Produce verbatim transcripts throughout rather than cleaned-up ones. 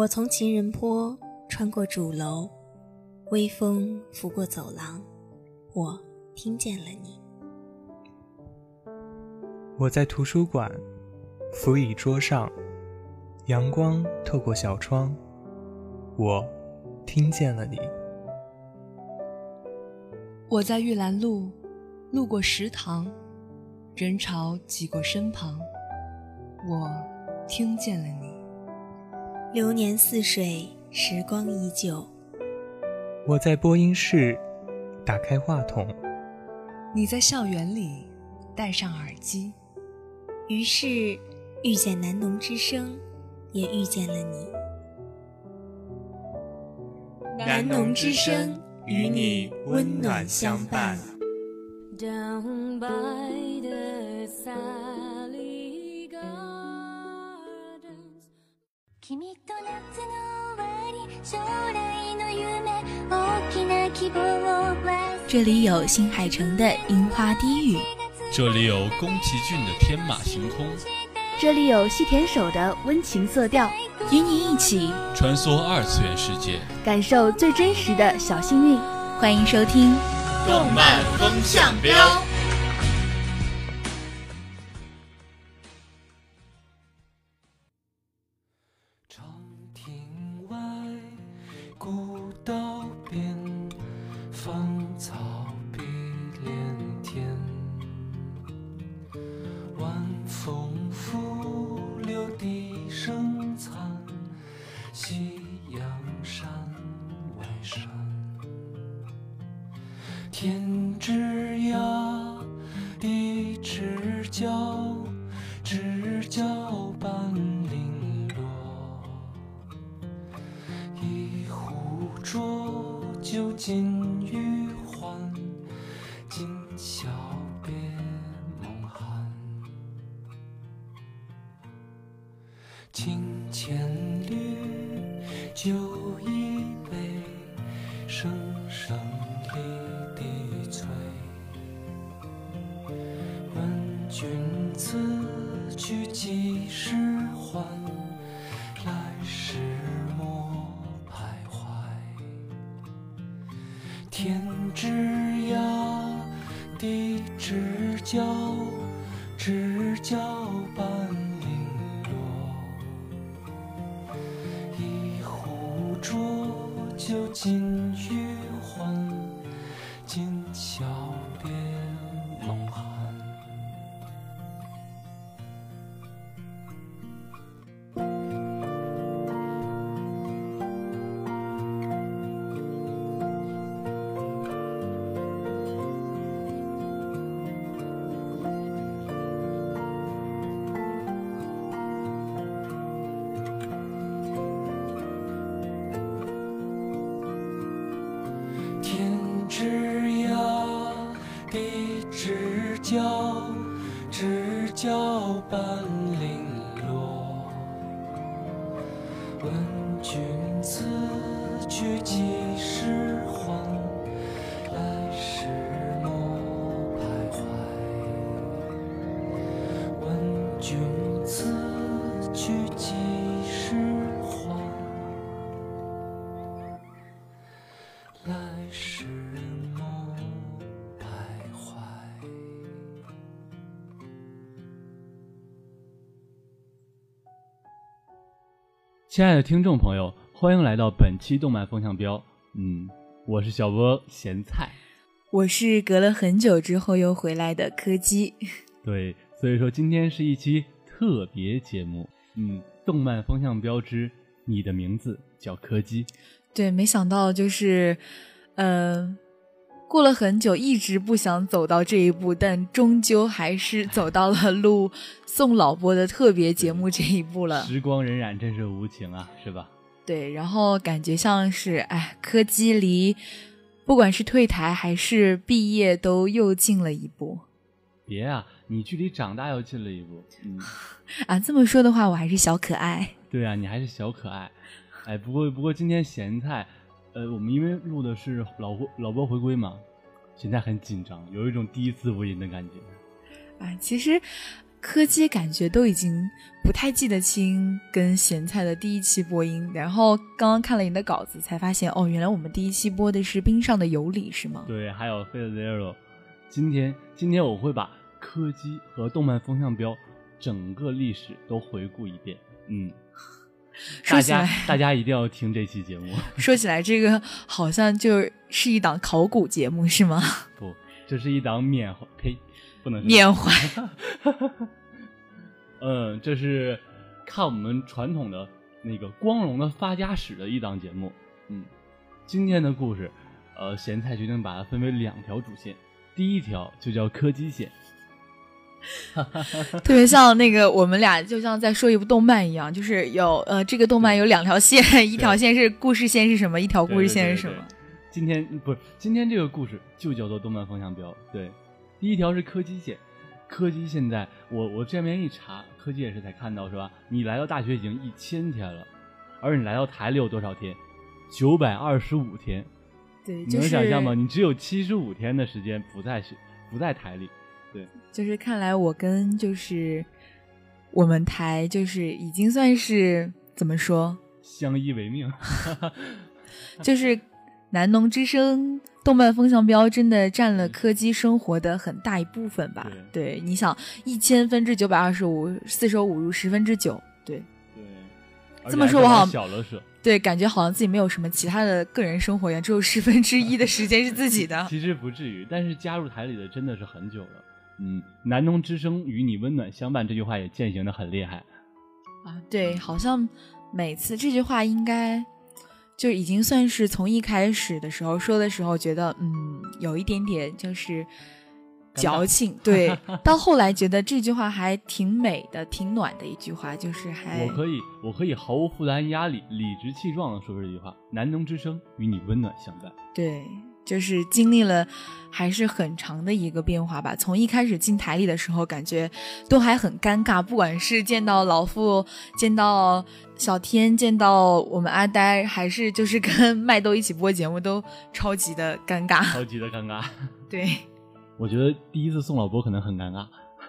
我从情人坡穿过主楼，微风拂过走廊，我听见了你。 我在图书馆，扶椅桌上，阳光透过小窗，我听见了你。 我在玉兰路，路过食堂，人潮挤过身旁，我听见了你。 流年似水，时光依旧。 我在播音室，打开话筒， 你在校园里戴上耳机， 于是遇见南农之声，也遇见了你。南农之声与你温暖相伴。Down by the Sally Gardens 君と夏の終わり将来の夢大きな希望を这里有新海诚的樱花低语， 这里有宫崎骏的天马行空， 这里有细田守的温情色调， 与你一起穿梭二次元世界， 感受最真实的小幸运。 欢迎收听动漫风向标。 长亭外，古道边，芳草碧连天。晚风拂柳笛声残，夕阳山外山。天之涯，地之角，知交半零落。一壶浊酒尽余欢，今宵别梦寒。清千缕，酒一杯，声声离地催。问君此去几时还？来时莫徘徊。天之涯，地之角，知交半零落。一壶浊酒尽余欢，今宵别梦寒。天之涯，地之角，知交半零落。问君此去几时还？来时莫徘徊。问君此去几时还？来时莫徘徊。 亲爱的听众朋友，欢迎来到本期动漫风向标。嗯，我是小波咸菜， 我是隔了很久之后又回来的柯基。 对，所以说今天是一期特别节目。嗯，动漫风向标之你的名字叫柯基。 对，没想到就是呃过了很久一直不想走到这一步，但终究还是走到了录送老播的特别节目这一步了。 时光荏苒真是无情啊，是吧？ 对，然后感觉像是哎，柯基离不管是退台还是毕业都又近了一步。 别啊，你距离长大又近了一步。嗯啊，这么说的话我还是小可爱。 对啊，你还是小可爱。哎，不过不过今天咸菜呃，我们因为录的是老老播回归嘛，现在很紧张，有一种第一次录音的感觉。 啊，其实柯基感觉都已经不太记得清跟咸菜的第一期播音，然后刚刚看了你的稿子才发现，哦，原来我们第一期播的是冰上的尤里是吗？ 对，还有 Fate Zero。 今天今天我会把柯基和动漫风向标整个历史都回顾一遍。嗯，大家大家一定要听这期节目。 说起来这个好像就是一档考古节目是吗？ 不，这是一档缅怀，呸，不能缅怀。 嗯，这是看我们传统的那个光荣的发家史的一档节目。嗯，今天的故事，呃，咸菜决定把它分为两条主线，第一条就叫柯基线。 特别像那个我们俩就像在说一部动漫一样，就是有呃这个动漫有两条线，一条线是故事线是什么，一条故事线是什么。对对对对， 今天不是今天这个故事就叫做动漫风向标。对，第一条是柯基线。柯基现在我我这边一查，柯基也是才看到是吧？你来到大学已经一千天了，而你来到台里有多少天？九百二十五天。 对， 你能想象吗？你只有七十五天的时间不在不在台里。对， 就是看来我跟就是我们台就是已经算是怎么说相依为命。 就是南农之声动漫风向标真的占了柯基生活的很大一部分吧。对，对，你想一千分之九百二十五，四舍五入十分之九。对对， 这么说我好像小了舍。 对，感觉好像自己没有什么其他的个人生活一样，只有十分之一的时间是自己的。 其实不至于，但是加入台里的真的是很久了。嗯，南农之声与你温暖相伴这句话也践行的很厉害啊。对，好像每次这句话应该就已经算是从一开始的时候说的时候觉得嗯有一点点就是矫情，对，到后来觉得这句话还挺美的，挺暖的一句话，就是还我可以我可以毫无负担压力理直气壮的说出这句话，南农之声与你温暖相伴。 对，就是经历了还是很长的一个变化吧。从一开始进台里的时候感觉都还很尴尬，不管是见到老傅，见到小天，见到我们阿呆，还是就是跟麦豆一起播节目，都超级的尴尬， 超级的尴尬。 对， 我觉得第一次送老播可能很尴尬。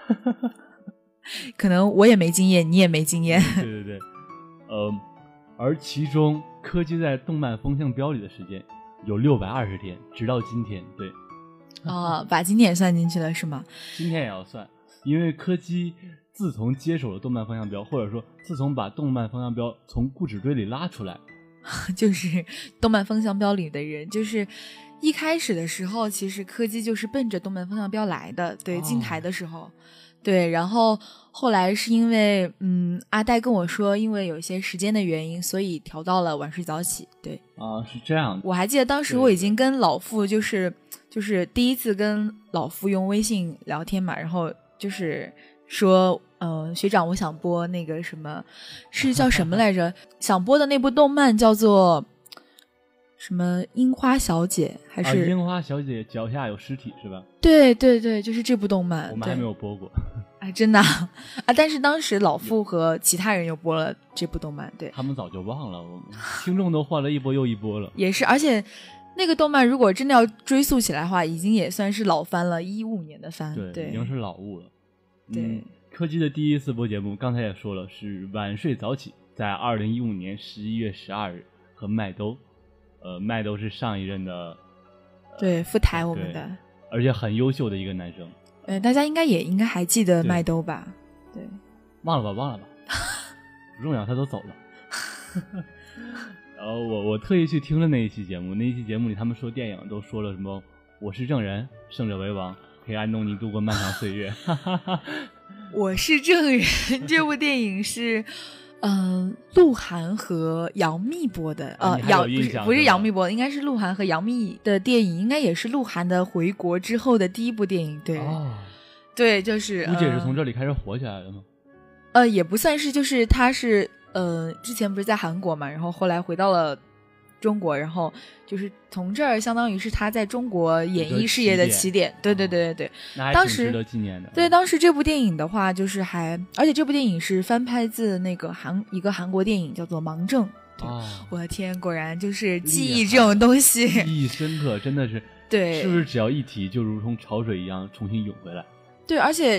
可能我也没经验，你也没经验。 对对对，呃，而其中柯基在动漫风向标里的时间有六百二十天，直到今天。对， 哦，把今天也算进去了是吗？ 今天也要算，因为柯基自从接手了动漫风向标，或者说自从把动漫风向标从固执堆里拉出来， 就是动漫风向标里的人，就是一开始的时候，其实柯基就是奔着动漫风向标来的。对，进台的时候。哦，对，然后后来是因为嗯阿呆跟我说因为有一些时间的原因，所以调到了晚睡早起。对啊，是这样的。 我还记得当时我已经跟老傅就是就是第一次跟老傅用微信聊天嘛，然后就是说呃学长我想播那个什么是叫什么来着想播的那部动漫叫做什么樱花小姐还是、 啊、樱花小姐脚下有尸体是吧？ 对对对，就是这部动漫。 我们还没有播过。 哎，真的 啊, 啊！但是当时老傅和其他人又播了这部动漫。对， 他们早就忘了，我们听众都换了一波又一波了。 也是，而且那个动漫如果真的要追溯起来的话，已经也算是老番了，一五年的番。 对, 对，已经是老物了。 对、 嗯，柯基的第一次播节目刚才也说了，是晚睡早起，在二零一五年十一月十二日和麦兜。呃，麦兜是上一任的，呃、 对副台我们的， 而且很优秀的一个男生。 呃，大家应该也应该还记得麦兜吧？对， 忘了吧，忘了吧，不重要，他都走了。然后我我特意去听了那一期节目，那一期节目里他们说电影都说了什么？我是证人，胜者为王，陪安东尼度过漫长岁月。 我是证人，这部电影是。嗯，鹿晗和杨幂播的，呃，杨不是不是杨幂播的，应该是鹿晗和杨幂的电影，应该也是鹿晗的回国之后的第一部电影，对，哦、对，就是估计也是从这里开始火起来的吗？ 呃，也不算是，就是他是呃，之前不是在韩国嘛，然后后来回到了中国，然后就是从这儿相当于是他在中国演艺事业的起点。对对对对对， 那还挺值得纪念的。 对，当时这部电影的话，就是还，而且这部电影是翻拍自那个韩一个韩国电影叫做《盲症》。 哦， 我的天，果然就是记忆这种东西， 记忆深刻，真的是。 对， 是不是只要一提，就如同潮水一样重新涌回来？ 对，而且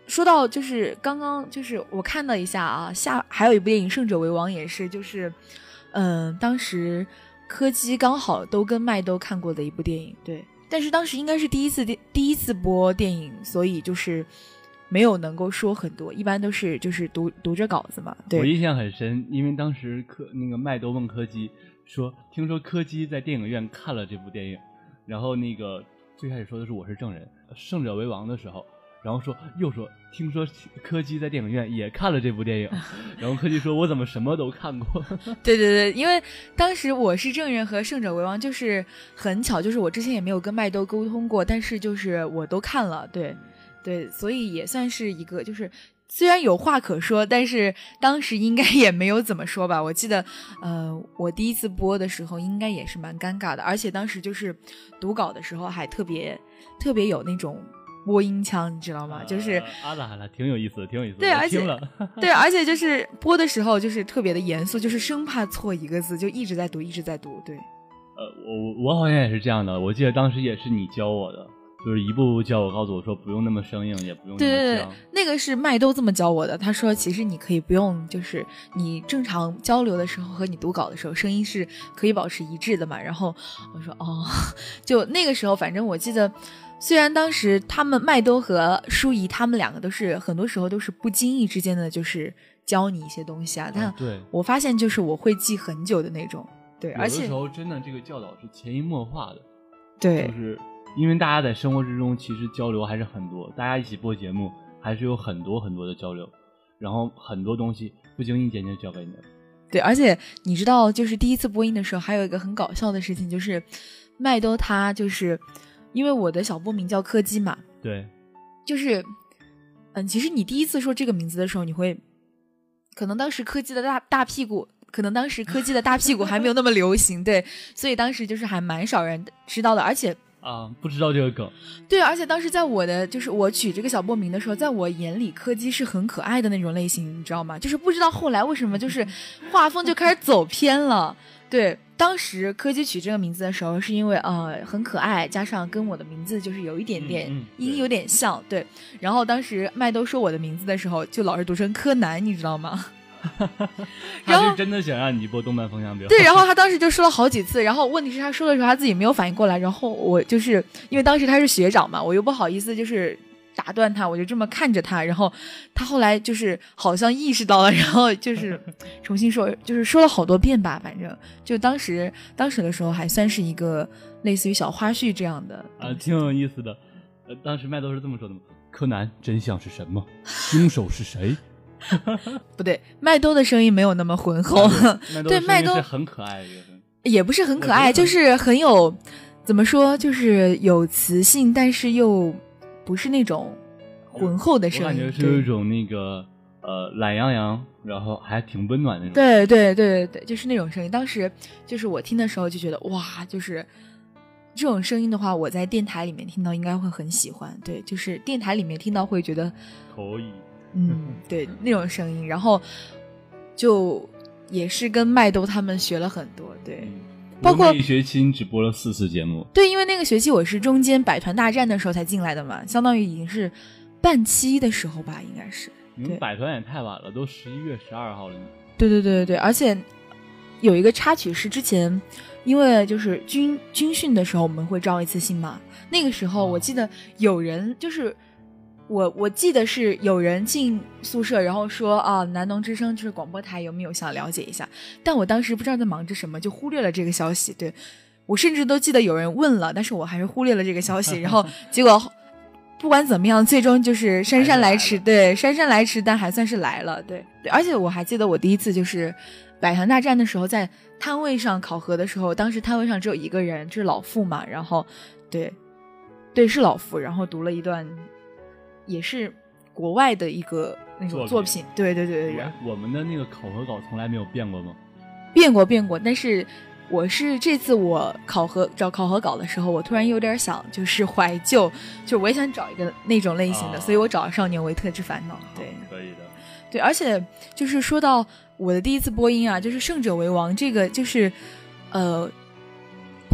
说到就是刚刚就是我看了一下啊，下还有一部电影《胜者为王》也是，就是嗯、呃，当时柯基刚好都跟麦兜看过的一部电影，对。但是当时应该是第一次第一次播电影，所以就是没有能够说很多，一般都是就是读读着稿子嘛。对， 我印象很深，因为当时柯那个麦兜问柯基说，听说柯基在电影院看了这部电影，然后那个最开始说的是我是证人，胜者为王的时候。然后说又说听说柯基在电影院也看了这部电影，然后柯基说我怎么什么都看过。 对对对，因为当时我是证人和胜者为王就是很巧，就是我之前也没有跟麦兜沟通过，但是就是我都看了，对对，所以也算是一个就是虽然有话可说，但是当时应该也没有怎么说吧。我记得呃我第一次播的时候应该也是蛮尴尬的，而且当时就是读稿的时候还特别特别有那种播音腔，你知道吗？就是啊啦啊啦，挺有意思的，挺有意思的。 对，而且听了对，而且就是播的时候就是特别的严肃，就是生怕错一个字，就一直在读，一直在读。对， 呃，我我好像也是这样的，我记得当时也是你教我的，就是一步步教我，告诉我说不用那么生硬，也不用那么对对僵。 对，那个是麦兜这么教我的，他说其实你可以不用，就是你正常交流的时候和你读稿的时候，声音是可以保持一致的嘛。然后我说哦，就那个时候，反正我记得。虽然当时他们麦兜和舒怡他们两个都是很多时候都是不经意之间的就是教你一些东西啊，但我发现就是我会记很久的那种，对，而且有的时候真的这个教导是潜移默化的， 对， 就是因为大家在生活之中其实交流还是很多，大家一起播节目还是有很多很多的交流，然后很多东西不经意间就教给你了。 对，而且你知道就是第一次播音的时候还有一个很搞笑的事情，就是麦兜他就是因为我的小播名叫柯基嘛， 对， 就是嗯，其实你第一次说这个名字的时候，你会可能当时柯基的大大屁股，可能当时柯基的大屁股还没有那么流行，对，所以当时就是还蛮少人知道的，而且啊，不知道这个梗。 对，而且当时在我的就是我取这个小播名的时候，在我眼里柯基是很可爱的那种类型，你知道吗？就是不知道后来为什么就是画风就开始走偏了。对，当时柯基取这个名字的时候，是因为呃很可爱，加上跟我的名字就是有一点点嗯嗯音有点像，对。然后当时麦兜说我的名字的时候，就老是读成柯南，你知道吗？ 他是真的想让你播动漫风向标。 对，然后他当时就说了好几次，然后问题是他说的时候他自己没有反应过来，然后我就是因为当时他是学长嘛，我又不好意思就是打断他，我就这么看着他，然后他后来就是好像意识到了，然后就是重新说，就是说了好多遍吧，反正就当时当时的时候还算是一个类似于小花絮这样的啊，挺有意思的。呃，当时麦兜是这么说的吗？柯南，真相是什么？凶手是谁？ 不对，麦兜的声音没有那么浑厚，对，麦兜是很可爱的一个声音， 也不是很可爱，就是很有怎么说，就是有磁性，但是又不是那种浑厚的声音， 我感觉是有一种那个呃懒洋洋，然后还挺温暖的那种。 对对对对，就是那种声音。当时就是我听的时候就觉得哇，就是这种声音的话，我在电台里面听到应该会很喜欢。对，就是电台里面听到会觉得可以。 嗯，对，那种声音，然后就也是跟麦兜他们学了很多，对，嗯、包括一学期只播了四次节目， 对，因为那个学期我是中间百团大战的时候才进来的嘛，相当于已经是半期的时候吧，应该是。 你们百团也太晚了，都十一月十二号了呢。 对对对对对，而且有一个插曲是之前，因为就是军军训的时候我们会招一次新嘛，那个时候我记得有人就是。我我记得是有人进宿舍，然后说啊，南农之声就是广播台，有没有想了解一下？但我当时不知道在忙着什么，就忽略了这个消息。对，我甚至都记得有人问了，但是我还是忽略了这个消息。然后结果不管怎么样，最终就是姗姗来迟，对，姗姗来迟，但还算是来了。对，对，而且我还记得我第一次就是百团大战的时候，在摊位上考核的时候，当时摊位上只有一个人，就是老傅嘛，然后对，对是老傅，然后读了一段。也是国外的一个那种作品，对对对对对。 我们的那个考核稿从来没有变过吗？ 变过变过，但是我是这次我考核找考核稿的时候，我突然有点想就是怀旧，就我也想找一个那种类型的，啊、所以我找了《少年维特之烦恼》。对， 可以的。 对，而且就是说到我的第一次播音啊，就是《胜者为王》这个，就是呃。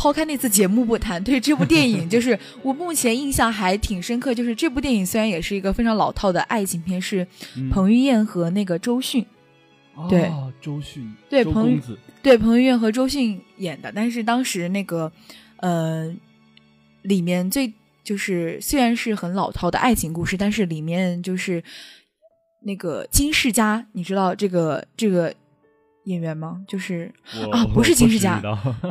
抛开那次节目不谈，对这部电影就是我目前印象还挺深刻，就是这部电影虽然也是一个非常老套的爱情片，是彭于晏和那个周迅、 嗯、 对、 哦、周迅对周公子， 对彭于晏和周迅演的，但是当时那个呃里面最就是虽然是很老套的爱情故事，但是里面就是那个金世佳，你知道这个这个演员吗？就是啊，不是金世佳，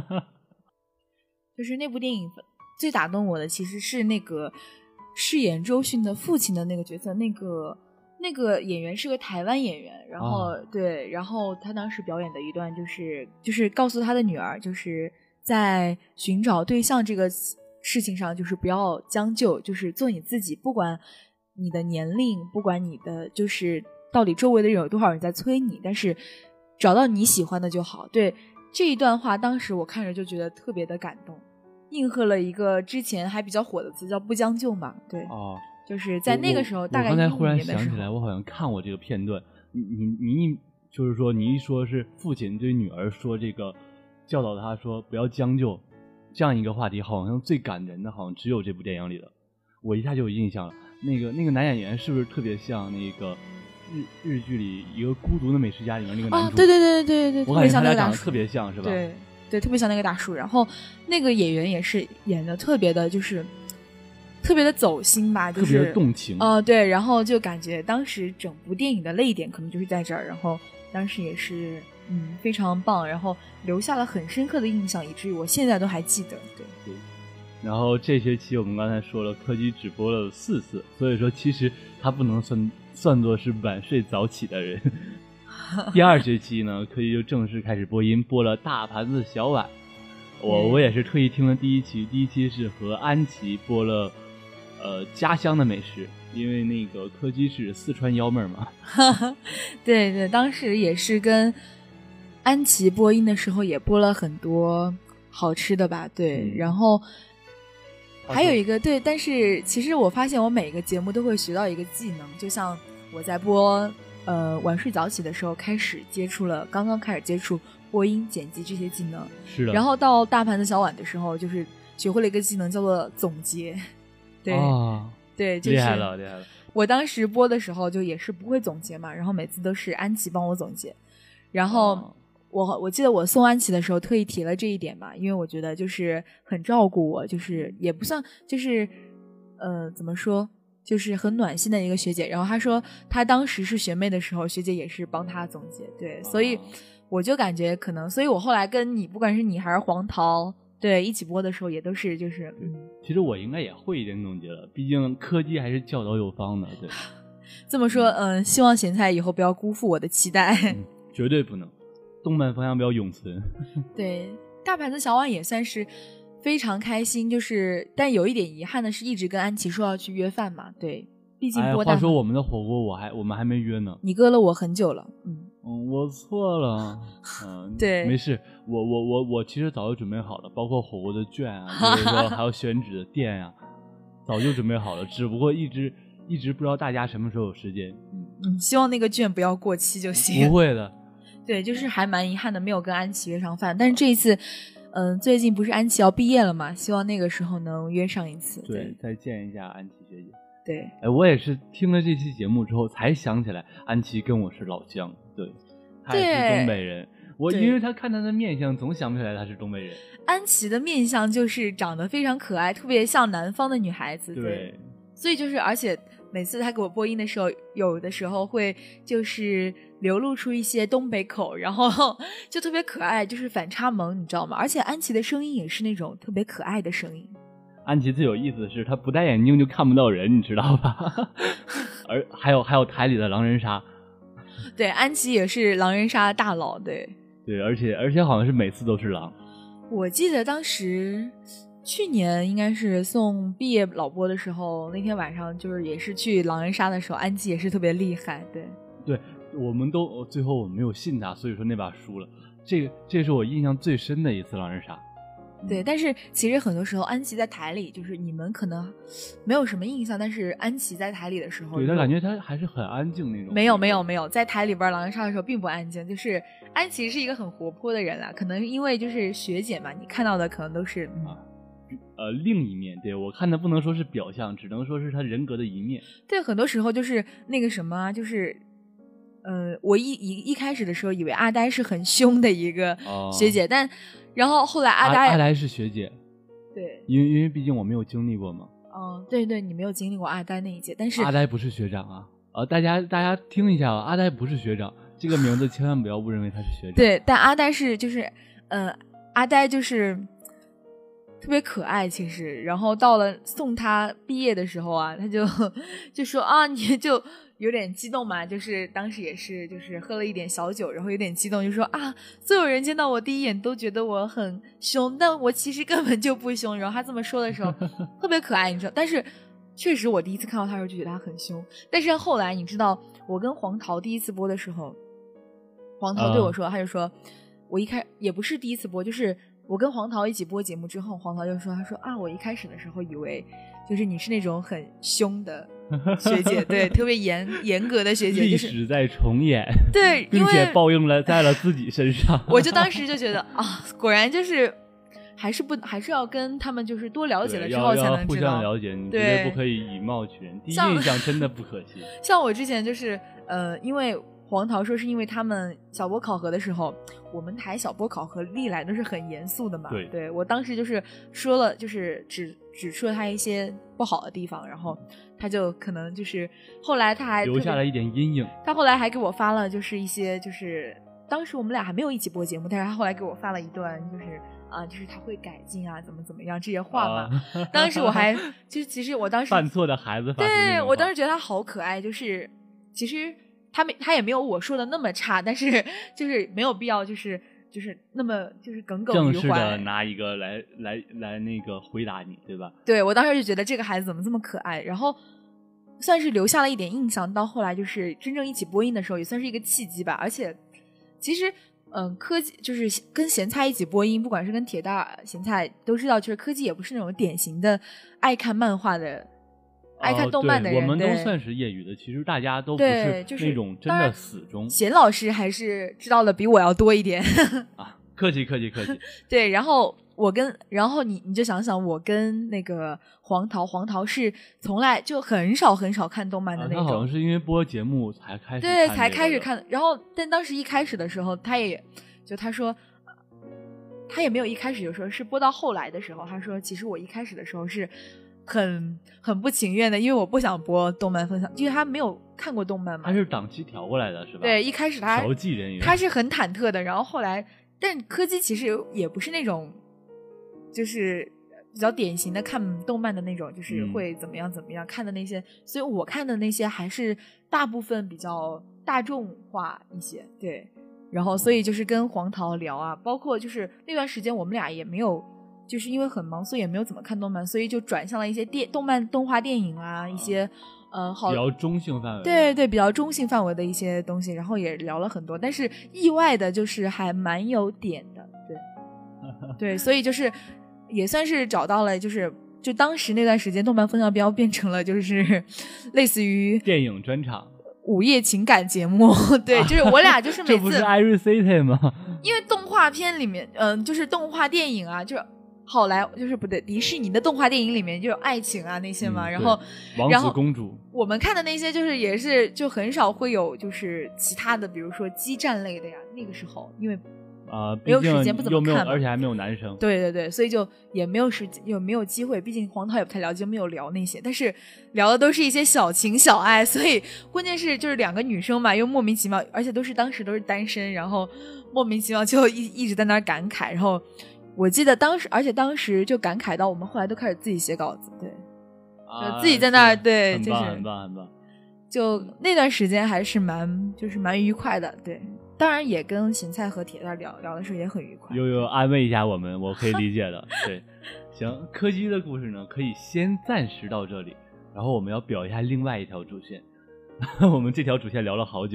就是那部电影最打动我的其实是那个饰演周迅的父亲的那个角色，那个那个演员是个台湾演员，然后、啊、对，然后他当时表演的一段就是就是告诉他的女儿，就是在寻找对象这个事情上，就是不要将就，就是做你自己，不管你的年龄，不管你的就是到底周围的人有多少人在催你，但是找到你喜欢的就好。对，这一段话当时我看着就觉得特别的感动，应和了一个之前还比较火的词叫不将就嘛。对，哦，就是在那个时候，大概我刚才忽然想起来，我好像看过这个片段。你你你一就是说，你一说是父亲对女儿说这个教导他说不要将就这样一个话题，好像最感人的，好像只有这部电影里的。我一下就有印象了。那个那个男演员是不是特别像那个日日剧里一个孤独的美食家里面那个男主？ 哦，对对对对对对， 我感觉他俩长得特别像，是吧？ 对对，特别像那个大叔。然后那个演员也是演的特别的，就是特别的走心吧，就是特别动情。 哦、呃，对，然后就感觉当时整部电影的泪点可能就是在这儿，然后当时也是嗯非常棒，然后留下了很深刻的印象，以至于我现在都还记得。对对。然后这学期我们刚才说了，柯基只播了四次，所以说其实他不能算算作是晚睡早起的人。第二学期呢，柯基就正式开始播音，播了大盘子小碗。我我也是特意听了第一期，第一期是和安琪播了呃家乡的美食，因为那个柯基是四川幺妹嘛。 对对，当时也是跟安琪播音的时候也播了很多好吃的吧，对，嗯、然后。还有一个对，但是其实我发现我每个节目都会学到一个技能，就像我在播呃晚睡早起的时候开始接触了，刚刚开始接触播音剪辑这些技能， 是的。 然后到大盘子小碗的时候，就是学会了一个技能叫做总结，对、 哦、 对，就是厉害了厉害了。 我当时播的时候就也是不会总结嘛，然后每次都是安琪帮我总结，然后。哦我我记得我送安琪的时候特意提了这一点嘛，因为我觉得就是很照顾我，就是也不算就是呃怎么说，就是很暖心的一个学姐。然后她说她当时是学妹的时候，学姐也是帮她总结，对，所以我就感觉可能，所以我后来跟你不管是你还是黄桃，对一起播的时候也都是就是嗯， 其实我应该也会一点总结了，毕竟柯基还是教导有方的，对。 这么说，嗯、呃，希望咸菜以后不要辜负我的期待， 嗯、绝对不能。动漫方向标永存。 对，大盘子小碗也算是非常开心，就是但有一点遗憾的是，一直跟安琪说要去约饭嘛。对，毕竟播大、 哎、话说我们的火锅我还我们还没约呢。 你割了我很久了，嗯嗯，我错了，嗯， 对， 没事，我我我我其实早就准备好了，包括火锅的券啊，就是说还有选址的店呀、啊，早就准备好了，只不过一直一直不知道大家什么时候有时间。 嗯嗯，希望那个券不要过期就行。 不会的。 对，就是还蛮遗憾的，没有跟安琪约上饭。但是这一次，嗯、呃，最近不是安琪要毕业了嘛？希望那个时候能约上一次。 对，对再见一下安琪学姐。 对， 哎，我也是听了这期节目之后才想起来，安琪跟我是老乡。对，她也是东北人。我因为她看她的面相，总想不起来她是东北人。 安琪的面相就是长得非常可爱，特别像南方的女孩子。对， 对所以就是而且。每次他给我播音的时候，有的时候会就是流露出一些东北口，然后就特别可爱，就是反差萌，你知道吗？而且安琪的声音也是那种特别可爱的声音。 安琪最有意思的是，她不戴眼镜就看不到人，你知道吧？而还有还有台里的狼人杀， 对，安琪也是狼人杀的大佬，对对，而且而且好像是每次都是狼。 我记得当时。去年应该是送毕业老播的时候，那天晚上就是也是去狼人杀的时候，安琪也是特别厉害，对对，我们都最后我没有信他，所以说那把输了。这个这是我印象最深的一次狼人杀。 对，但是其实很多时候安琪在台里，就是你们可能没有什么印象，但是安琪在台里的时候， 对他感觉他还是很安静那种。 没有没有没有，在台里边狼人杀的时候并不安静，就是安琪是一个很活泼的人啦，可能因为就是学姐嘛，你看到的可能都是、嗯、 啊，呃，另一面，对我看的不能说是表象，只能说是他人格的一面。 对，很多时候就是那个什么，就是呃，我一一一开始的时候以为阿呆是很凶的一个学姐，哦、但然后后来阿呆阿呆是学姐， 对， 因为因为毕竟我没有经历过嘛。 嗯，对对，你没有经历过阿呆那一届，但是阿呆不是学长啊，呃，大家大家听一下啊，阿呆不是学长，这个名字千万不要误认为他是学长。 对，但阿呆是就是，呃，阿呆就是特别可爱，其实，然后到了送他毕业的时候啊，他就就说啊，你就。有点激动嘛，就是当时也是就是喝了一点小酒，然后有点激动，就说啊，所有人见到我第一眼都觉得我很凶，但我其实根本就不凶。然后他这么说的时候特别可爱，你知道，但是确实我第一次看到他的时候就觉得他很凶，但是后来你知道我跟黄桃第一次播的时候，黄桃对我说、uh. 他就说我一开也不是第一次播，就是我跟黄桃一起播节目之后，黄桃就说他说啊，我一开始的时候以为就是你是那种很凶的学姐，对，特别严严格的学姐， 历史在重演， 对， 并且报应了在了自己身上。 我就当时就觉得啊，果然就是还是不还是要跟他们就是多了解了之后才能知道， 要互相了解，你绝对不可以以貌取人，第一印象真的不可信。 像我之前就是呃，因为黄桃说是因为他们小播考核的时候，我们台小播考核历来都是很严肃的嘛， 对， 对我当时就是说了，就是指指出了他一些不好的地方，然后他就可能就是后来他还留下了一点阴影。 他后来还给我发了就是一些就是当时我们俩还没有一起播节目，但是他后来给我发了一段就是啊，就是他会改进啊，怎么怎么样这些话嘛。啊、当时我还就是其实我当时犯错的孩子发出那种话， 对我当时觉得他好可爱，就是其实他没他也没有我说的那么差，但是就是没有必要就是就是那么就是耿耿于怀， 正式的拿一个来来来那个回答你，对吧？ 对，我当时就觉得这个孩子怎么这么可爱，然后算是留下了一点印象。到后来就是真正一起播音的时候，也算是一个契机吧。而且其实嗯，科技就是跟咸菜一起播音，不管是跟铁蛋儿、咸菜都知道，就是科技也不是那种典型的爱看漫画的。爱看动漫的人、 哦、我们都算是业余的，其实大家都不是那种真的死忠。 就是、咸老师还是知道的比我要多一点啊，客气客气客气。 对，然后我跟然后你你就想想，我跟那个黄桃，黄桃是从来就很少很少看动漫的那种。 啊、他好像是因为播节目才开始看、 这个，对，才开始看。然后但当时一开始的时候，他也就他说。他也没有一开始就说，是播到后来的时候，他说其实我一开始的时候是很很不情愿的，因为我不想播动漫分享，因为他没有看过动漫嘛。 他是档期调过来的是吧？ 对，一开始他调剂人员， 他是很忐忑的，然后后来，但柯基其实也不是那种就是比较典型的看动漫的那种，就是会怎么样怎么样、嗯、看的那些，所以我看的那些还是大部分比较大众化一些，对。然后所以就是跟黄桃聊啊，包括就是那段时间我们俩也没有就是因为很忙，所以也没有怎么看动漫，所以就转向了一些电动漫动画电影啊，一些呃好比较中性范围， 对对，比较中性范围的一些东西，然后也聊了很多，但是意外的就是还蛮有点的，对对，所以就是也算是找到了，就是就当时那段时间动漫风向标变成了就是类似于电影专场午夜情感节目，对，就是我俩就是每次这不是 Every City 吗？ 因为动画片里面，嗯、呃，就是动画电影啊，就是好莱就是不对，迪士尼的动画电影里面就有爱情啊那些嘛， 嗯、 然后王子公主， 我们看的那些就是也是就很少会有就是其他的，比如说激战类的呀，那个时候因为。 啊、呃， 没有时间不怎么看， 而且还没有男生。 对对对，所以就也没有时间，也没有机会。毕竟黄桃也不太了解，没有聊那些。但是聊的都是一些小情小爱，所以关键是就是两个女生嘛，又莫名其妙，而且都是当时都是单身，然后莫名其妙就一一直在那儿感慨。然后我记得当时，而且当时就感慨到我们后来都开始自己写稿子，对， 啊、 就自己在那儿，对， 很就是很棒很棒。 就那段时间还是蛮就是蛮愉快的，对。当然也跟咸菜和铁蛋聊聊的时候也很愉快。 悠悠安慰一下我们，我可以理解的。对，行，柯基的故事呢，可以先暂时到这里，然后我们要表一下另外一条主线。我们这条主线聊了好久，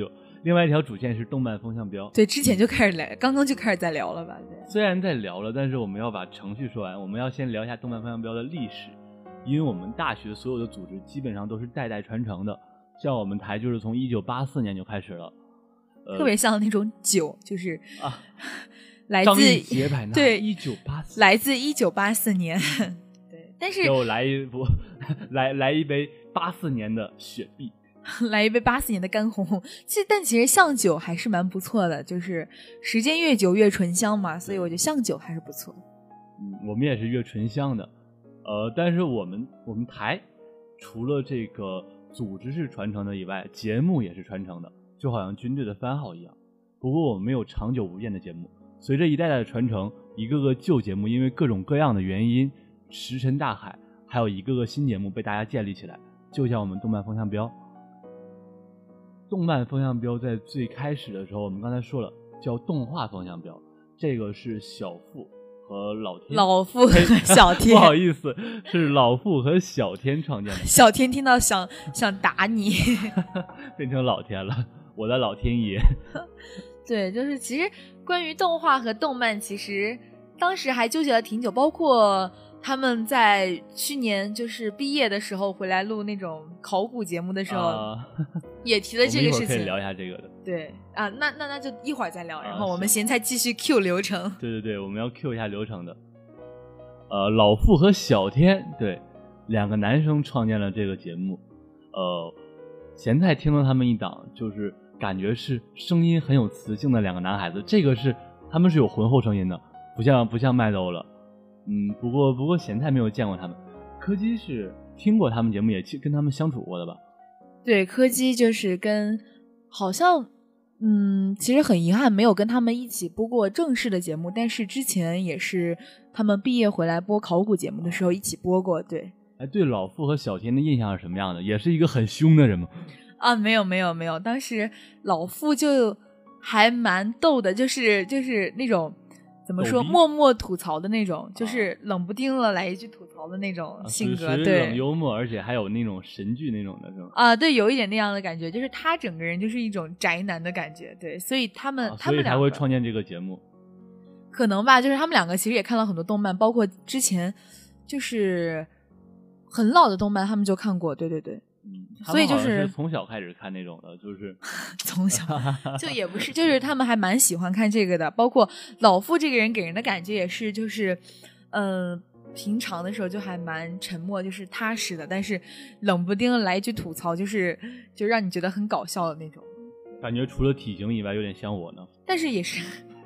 另外一条主线是动漫风向标。 对，之前就开始来，刚刚就开始在聊了吧？对， 虽然在聊了，但是我们要把程序说完。我们要先聊一下动漫风向标的历史，因为我们大学所有的组织基本上都是代代传承的。像我们台就是从一九八四年就开始了，呃、 特别像那种酒，就是啊， 来自杰百纳对一九八四， 来自一九八四年。对，但是给我来一不来来一杯八四年的雪碧。 来一杯八四年的干红，其实但其实象酒还是蛮不错的，就是时间越久越醇香嘛，所以我觉得象酒还是不错。 嗯，我们也是越醇香的，呃，但是我们我们台除了这个组织是传承的以外，节目也是传承的，就好像军队的番号一样。不过我们没有长久不变的节目，随着一代代的传承，一个个旧节目因为各种各样的原因石沉大海，还有一个个新节目被大家建立起来，就像我们动漫风向标。动漫风向标在最开始的时候，我们刚才说了叫动画风向标，这个是小富和老天， 老富和小天， 不好意思，是老富和小天创建的。 小天听到想想打你， 变成老天了，我的老天爷。 对，就是其实关于动画和动漫，其实当时还纠结了挺久，包括他们在去年就是毕业的时候回来录那种考古节目的时候，呃、也提了这个事情。我们一会儿可以聊一下这个的。 对啊，那那那就一会儿再聊，然后我们现在继续 Q 流程。 对对对，我们要 Q 一下流程的。呃，老傅和小天，对，两个男生创建了这个节目。呃，咸菜听了他们一档，就是感觉是声音很有磁性的两个男孩子，这个是他们是有浑厚声音的，不像不像麦兜了。嗯，不过不过咸菜没有见过他们，柯基是听过他们节目，也跟他们相处过的吧？ 对，柯基就是跟好像嗯，其实很遗憾没有跟他们一起播过正式的节目，但是之前也是他们毕业回来播考古节目的时候一起播过。对， 哎，对老傅和小天的印象是什么样的？也是一个很凶的人吗？ 啊，没有没有没有，当时老傅就还蛮逗的，就是就是那种怎么说默默吐槽的那种，就是冷不丁了来一句吐槽的那种性格。 啊、 对， 冷幽默，而且还有那种神剧那种的是吗？ 啊，对，有一点那样的感觉，就是他整个人就是一种宅男的感觉。对，所以他们、 啊、 他们两个所以才会创建这个节目， 可能吧，就是他们两个其实也看了很多动漫，包括之前就是很老的动漫他们就看过。对对对。 嗯， 所以就是从小开始看那种的，就是从小就也不是，就是他们还蛮喜欢看这个的。包括老傅这个人给人的感觉也是，就是呃，平常的时候就还蛮沉默，就是踏实的，但是冷不丁来一句吐槽，就是就让你觉得很搞笑的那种。 感觉除了体型以外，有点像我呢。 但是也是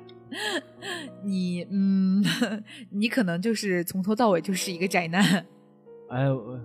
你，嗯，你可能就是从头到尾就是一个宅男。 哎我。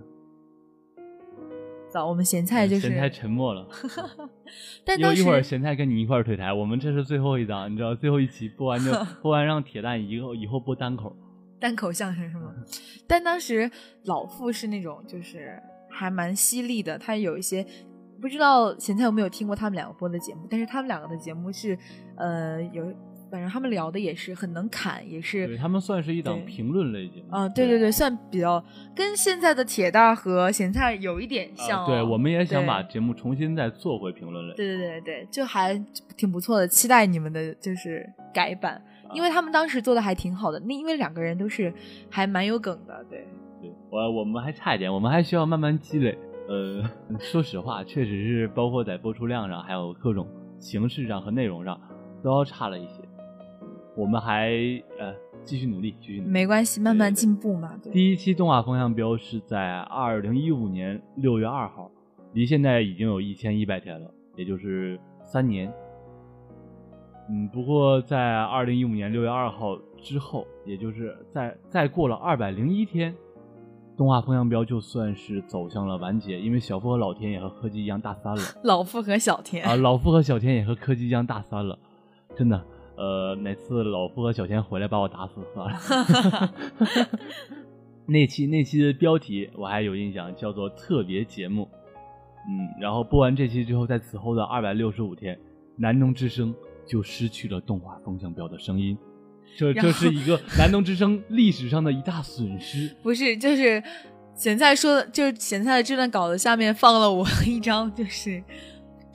我们咸菜就是咸菜沉默了， 但当时一会儿咸菜跟你一块儿退台，我们这是最后一档，你知道，最后一期播完就播完，让铁蛋以后以后播单口， 单口相声是吗？但当时老傅是那种就是还蛮犀利的，他有一些不知道咸菜有没有听过他们两个播的节目，但是他们两个的节目是呃有。反正他们聊的也是很能侃，也是对他们算是一档评论类节目啊，对对对，算比较跟现在的铁大和咸菜有一点像、哦啊。对，我们也想把节目重新再做回评论类。 对对对对，就还挺不错的，期待你们的就是改版，啊、因为他们当时做的还挺好的。那因为两个人都是还蛮有梗的，对。 对，我我们还差一点，我们还需要慢慢积累。呃，说实话，确实是包括在播出量上，还有各种形式上和内容上都要差了一些。我们还呃继续努力，继续努力， 没关系，慢慢进步嘛。对对， 第一期动画风向标是在二零一五年六月二号，离现在已经有一千一百天了，也就是三年。嗯，不过在二零一五年六月二号之后，也就是在再过了二百零一天，动画风向标就算是走向了完结，因为小富和老天也和柯基一样大三了。 老富和小天啊，老富和小天也和柯基一样大三了，真的。呃，哪次老傅和小天回来把我打死算了。那期那期的标题我还有印象，叫做特别节目。嗯，然后播完这期之后，在此后的二百六十五天，南农之声就失去了动画风向标的声音。这这是一个南农之声历史上的一大损失。 不是，就是咸菜说的，就是咸菜的这段稿子下面放了我一张，就是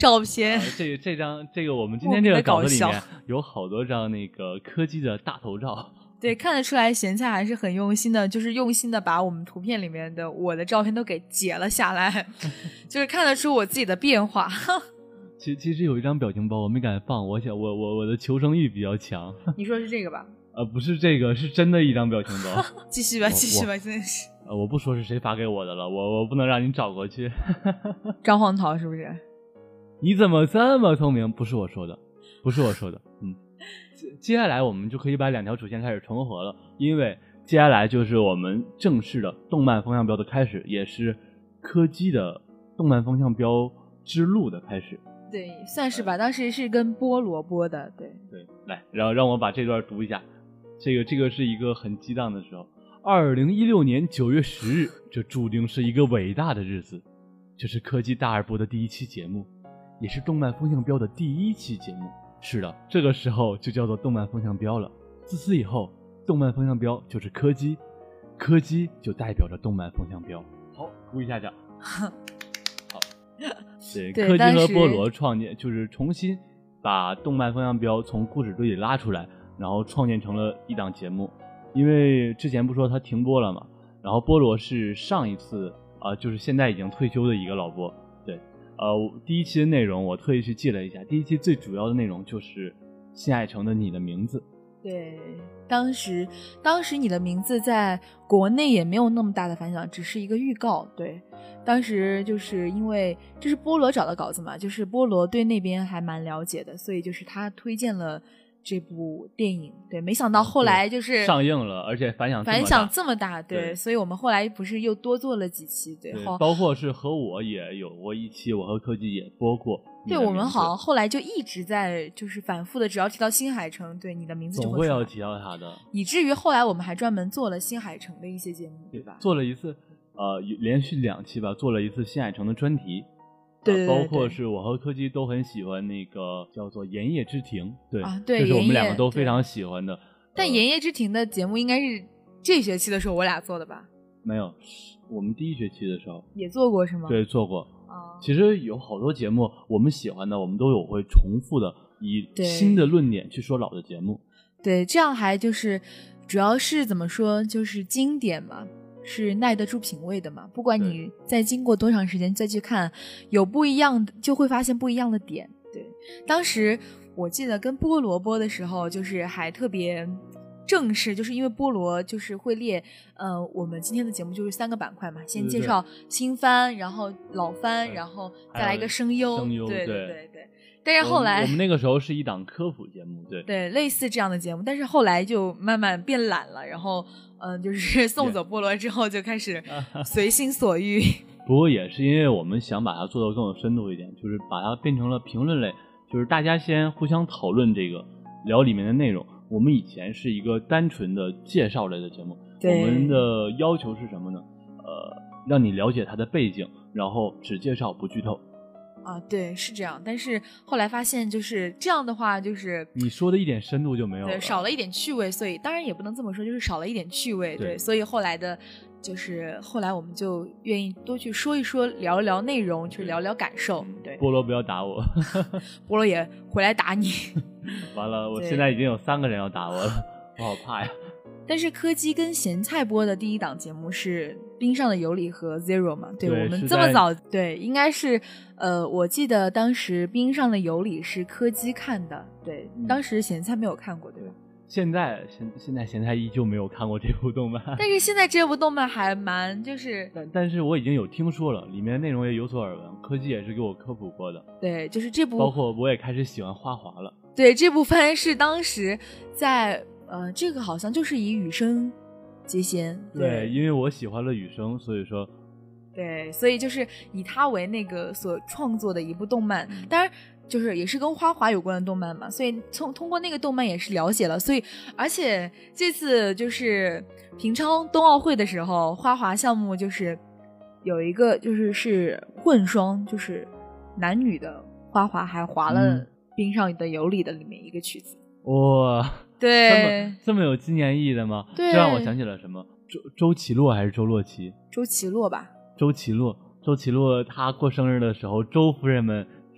照片。 啊、这这张这个我们今天这个稿子里面有好多张那个柯基的大头照。 对，看得出来咸菜还是很用心的，就是用心的把我们图片里面的我的照片都给截了下来，就是看得出我自己的变化。 其其实有一张表情包我没敢放，我想我我我的求生欲比较强。 你说是这个吧？ 呃，不是这个，是真的一张表情包。 继续吧，继续吧，真的是。 呃，我不说是谁发给我的了，我我不能让你找过去。 张黄桃是不是？ 你怎么这么聪明？不是我说的，不是我说的。嗯，接下来我们就可以把两条主线开始重合了，因为接下来就是我们正式的动漫风向标的开始，也是柯基的动漫风向标之路的开始。 对，算是吧。当时是跟菠萝播的，对对。来，然后让我把这段读一下。这个这个是一个很激荡的时候。二零一六年九月十日，这注定是一个伟大的日子。这是柯基大二播的第一期节目，也是动漫风向标的第一期节目。是的，这个时候就叫做动漫风向标了。自此以后，动漫风向标就是柯基，柯基就代表着动漫风向标。好，鼓一下掌。好，对，柯基和菠萝创建就是重新把动漫风向标从故事堆里拉出来，然后创建成了一档节目。因为之前不说他停播了嘛，然后菠萝是上一次啊、呃，就是现在已经退休的一个老播。对，呃，第一期的内容我特意去记了一下，第一期最主要的内容就是新海诚的《你的名字》。 对，当时当时你的名字在国内也没有那么大的反响，只是一个预告。对，当时就是因为这是菠萝找的稿子嘛，就是菠萝对那边还蛮了解的，所以就是他推荐了这部电影。对，没想到后来就是上映了，而且反响反响这么大。 对， 对，所以我们后来不是又多做了几期。对， 对包括是和我也有过一期，我和柯基也播过。 对，我们好像后来就一直在就是反复的，只要提到新海诚，对你的名字就总会要提到他的， 以至于后来我们还专门做了新海诚的一些节目，对吧？ 做了一次呃连续两期吧，做了一次新海诚的专题。 对, 对, 对, 对、 呃，包括是我和柯基都很喜欢那个叫做《盐业之庭》，对啊，对， 这是我们两个都非常喜欢的。 但《盐业之庭》的节目应该是这学期的时候我俩做的吧？ 没有，我们第一学期的时候也做过是吗？ 对，做过。 啊， 其实有好多节目我们喜欢的，我们都有会重复的以新的论点去说老的节目。 对，这样还就是主要是怎么说，就是经典嘛。是耐得住品味的嘛，不管你再经过多长时间再去看，有不一样的就会发现不一样的点。对，当时我记得跟菠萝播的时候就是还特别正式，就是因为菠萝就是会列呃我们今天的节目就是三个板块嘛，先介绍新番，然后老番，然后再来一个声优。 声优， 对对对对。但是后来我, 我们那个时候是一档科普节目，对对，类似这样的节目，但是后来就慢慢变懒了，然后嗯、呃，就是送走菠萝之后就开始随心所欲。 不过也是因为我们想把它做得更有深度一点，就是把它变成了评论类，就是大家先互相讨论这个，聊里面的内容。我们以前是一个单纯的介绍类的节目，我们的要求是什么呢？呃，让你了解它的背景，然后只介绍不剧透。 啊，对，是这样，但是后来发现就是这样的话，就是你说的一点深度就没有了， 对，少了一点趣味，所以当然也不能这么说，就是少了一点趣味， 对, 对，所以后来的，就是后来我们就愿意多去说一说，聊一聊内容，去聊聊感受。对， 菠萝不要打我， 菠萝也回来打你。 完了，我现在已经有三个人要打我了，我好怕呀。 但是柯基跟咸菜播的第一档节目是冰上的尤里和 Zero 嘛？对， 对我们这么早，对，应该是呃，我记得当时冰上的尤里是柯基看的，对，嗯、当时咸菜没有看过，对吧？ 现在现现在咸菜依旧没有看过这部动漫， 但是现在这部动漫还蛮就是， 但但是我已经有听说了，里面内容也有所耳闻，柯基也是给我科普过的。 对，就是这部， 包括我也开始喜欢花滑了。 对，这部番是当时在。呃，这个好像就是以羽生结弦， 对, 对，因为我喜欢了羽生，所以说， 对，所以就是以他为那个所创作的一部动漫，当然就是也是跟花滑有关的动漫嘛，所以通通过那个动漫也是了解了，所以而且这次就是平昌冬奥会的时候，花滑项目就是有一个就是是混双，就是男女的花滑还滑了冰上的尤里的里面一个曲子， 哇。 对， 这么这么有纪念意义的吗？ 对， 这让我想起了什么？周周奇洛还是周洛奇？ 周奇洛吧。 周奇洛，周奇洛他过生日的时候，周夫人们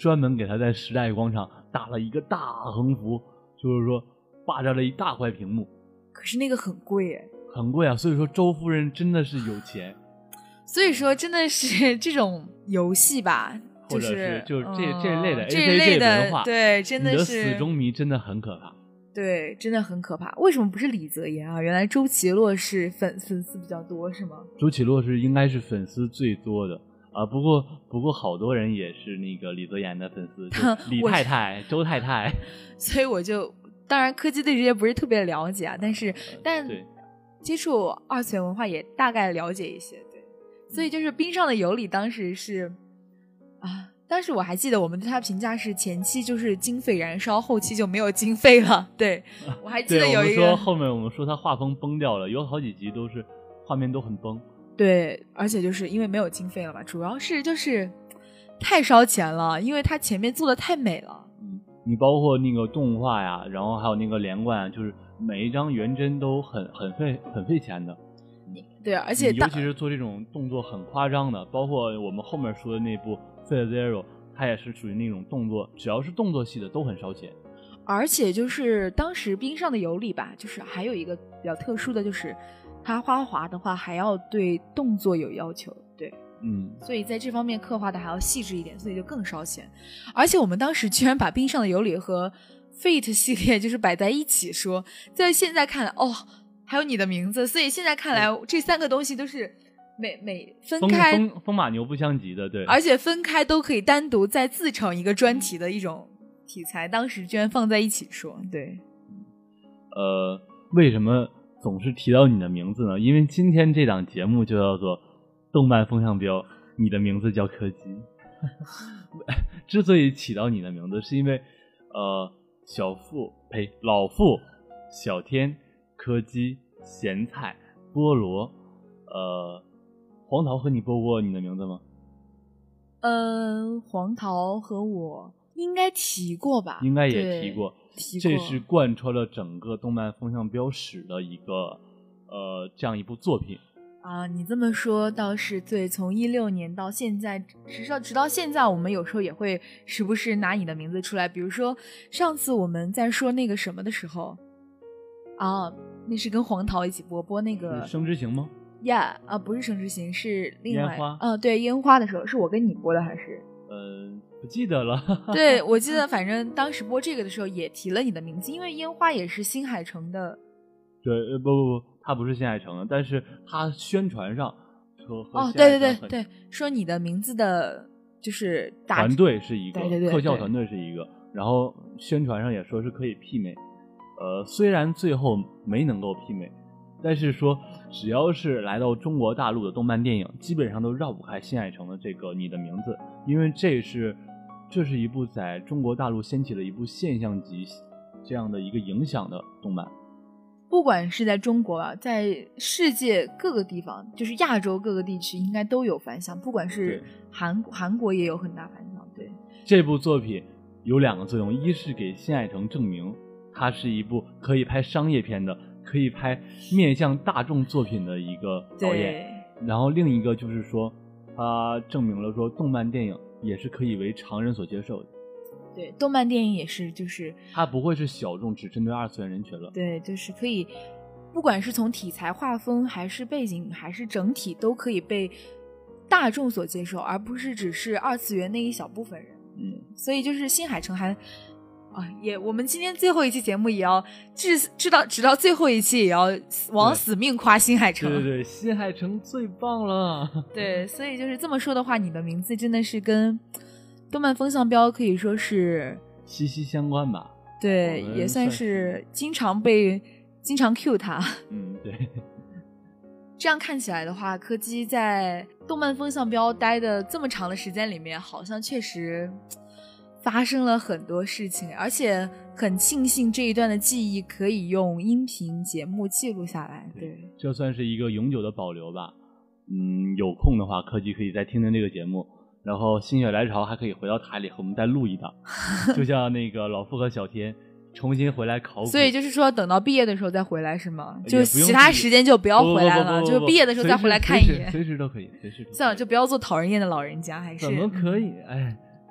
专门给他在时代广场打了一个大横幅，就是说霸占了一大块屏幕。 可是那个很贵哎， 很贵啊，所以说周夫人真的是有钱。 所以说真的是这种游戏吧， 或者是就是这、 嗯、 这一类的这一类的文化， 对，真的是你的死忠迷真的很可怕。 对，真的很可怕。为什么不是李泽言啊？原来周奇洛是粉粉丝比较多是吗？ 周奇洛是应该是粉丝最多的啊，不过不过好多人也是那个李泽言的粉丝，就李太太、周太太。 所以我就当然柯基对这些不是特别了解啊，但是但接触二次元文化也大概了解一些。对，所以就是冰上的尤里当时是啊。当时我还记得我们对他评价是前期就是经费燃烧，后期就没有经费了。对，我还记得有一个对我们说后面我们说他画风崩掉了，有好几集都是画面都很崩。 对，而且就是因为没有经费了嘛，主要是就是太烧钱了，因为他前面做的太美了。 嗯，你包括那个动画呀，然后还有那个连贯，就是每一张原帧都很很费很费钱的。 对，而且尤其是做这种动作很夸张的，包括我们后面说的那部Fate Zero， 它也是属于那种动作，只要是动作戏的都很烧钱。 而且就是当时冰上的尤里吧，就是还有一个比较特殊的，就是它花滑的话还要对动作有要求，对， 嗯， 所以在这方面刻画的还要细致一点，所以就更烧钱。而且我们当时居然把冰上的尤里和 Fate 系列就是摆在一起说，在现在看来，哦。还有你的名字，所以现在看来这三个东西都是每每分开风风风马牛不相及的，对， 而且分开都可以单独再自成一个专题的一种题材，当时居然放在一起说。对， 呃，为什么总是提到你的名字呢？因为今天这档节目就叫做动漫风向标，你的名字叫柯基。之所以起到你的名字是因为呃小富呸老富小天柯基、咸菜、菠萝，呃，黄桃和你播过你的名字吗？ 嗯、呃，黄桃和我应该提过吧？ 应该也提过， 提过。 这是贯穿了整个动漫风向标史的一个呃这样一部作品啊。你这么说倒是对，从一六年到现在，直到直到现在，我们有时候也会时不时拿你的名字出来，比如说上次我们在说那个什么的时候啊。那是跟黄桃一起播播那个生之行吗？ 呀、yeah, 啊，不是生之行，是另外烟花。 嗯、啊，对，烟花的时候是我跟你播的还是？ 呃，不记得了。 对，我记得，反正当时播这个的时候也提了你的名字，因为烟花也是新海诚的。 对，呃，不不不，他不是新海诚的，但是他宣传上和和哦，对对对对，说你的名字的就是大团队是一个， 对对对对特效团队是一个，然后宣传上也说是可以媲美。呃，虽然最后没能够媲美，但是说只要是来到中国大陆的动漫电影，基本上都绕不开新海诚的这个你的名字，因为这是这是一部在中国大陆掀起了一部现象级这样的一个影响的动漫。 不管是在中国啊，在世界各个地方，就是亚洲各个地区，应该都有反响。不管是韩韩国也有很大反响。对， 这部作品有两个作用，一是给新海诚证明它是一部可以拍商业片的，可以拍面向大众作品的一个导演。然后另一个就是说，它证明了说动漫电影也是可以为常人所接受的。 对，动漫电影也是，就是它不会是小众，只针对二次元人群了。 对，就是可以，不管是从题材、画风，还是背景，还是整体，都可以被大众所接受，而不是只是二次元那一小部分人。 嗯， 所以就是新海诚还。啊，也，我们今天最后一期节目也要至知道，直到最后一期也要往死命夸新海诚。 对对对，新海诚最棒了。 对，所以就是这么说的话，你的名字真的是跟动漫风向标可以说是息息相关吧。 对，也算是经常被经常 cue 他。 嗯，对。 这样看起来的话，柯基在动漫风向标待的这么长的时间里面，好像确实发生了很多事情，而且很庆幸这一段的记忆可以用音频节目记录下来。对， 这算是一个永久的保留吧。嗯，有空的话，柯基可以再听听这个节目，然后心血来潮还可以回到台里和我们再录一档，就像那个老傅和小天重新回来考古。 所以就是说，等到毕业的时候再回来是吗？就其他时间就不要回来了， 不不不不不就毕业的时候再回来看一眼。 随时都可以，随时都可以。 算了，就不要做讨人厌的老人家，还是怎么可以？哎。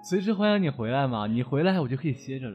随时欢迎你回来嘛，你回来我就可以歇着了。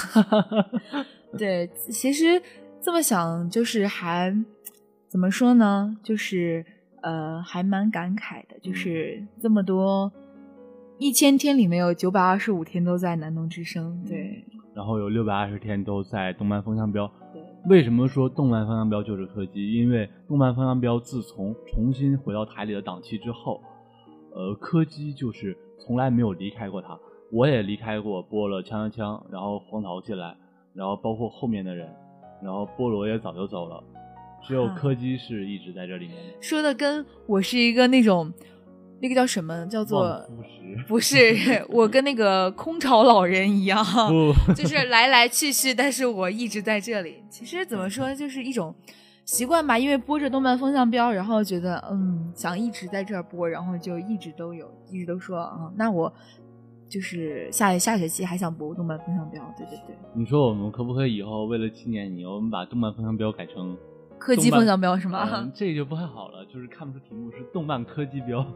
对，其实这么想就是还怎么说呢，就是呃还蛮感慨的，就是这么多一千天里面有九百二十五天都在南农之声，对， 然后有六百二十天都在动漫风向标。为什么说动漫风向标就是柯基？因为动漫风向标自从重新回到台里的档期之后，呃，柯基就是从来没有离开过它。我也离开过，播了锵锵锵，然后黄桃进来，然后包括后面的人，然后菠萝也早就走了，只有柯基是一直在这里面的。 说的跟我是一个那种那个叫什么叫做不是我跟那个空巢老人一样，就是来来去去，但是我一直在这里。其实怎么说，就是一种习惯吧，因为播着动漫风向标，然后觉得嗯想一直在这儿播，然后就一直都有，一直都说啊、嗯，那我就是下下学期还想播动漫风向标。对对对， 你说我们可不可以以后为了纪念你，我们把动漫风向标改成柯基风向标是吗？ 嗯、这就不太好了，就是看不出题目是动漫柯基标。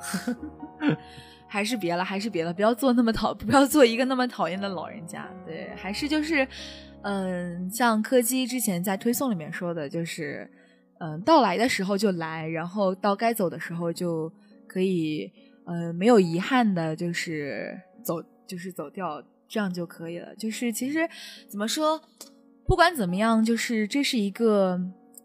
还是别了，还是别了，不要做那么讨，不要做一个那么讨厌的老人家。对，还是就是，嗯，像柯基之前在推送里面说的，就是，嗯，到来的时候就来，然后到该走的时候就可以，呃，没有遗憾的，就是走，就是走掉，这样就可以了。就是其实怎么说，不管怎么样，就是这是一个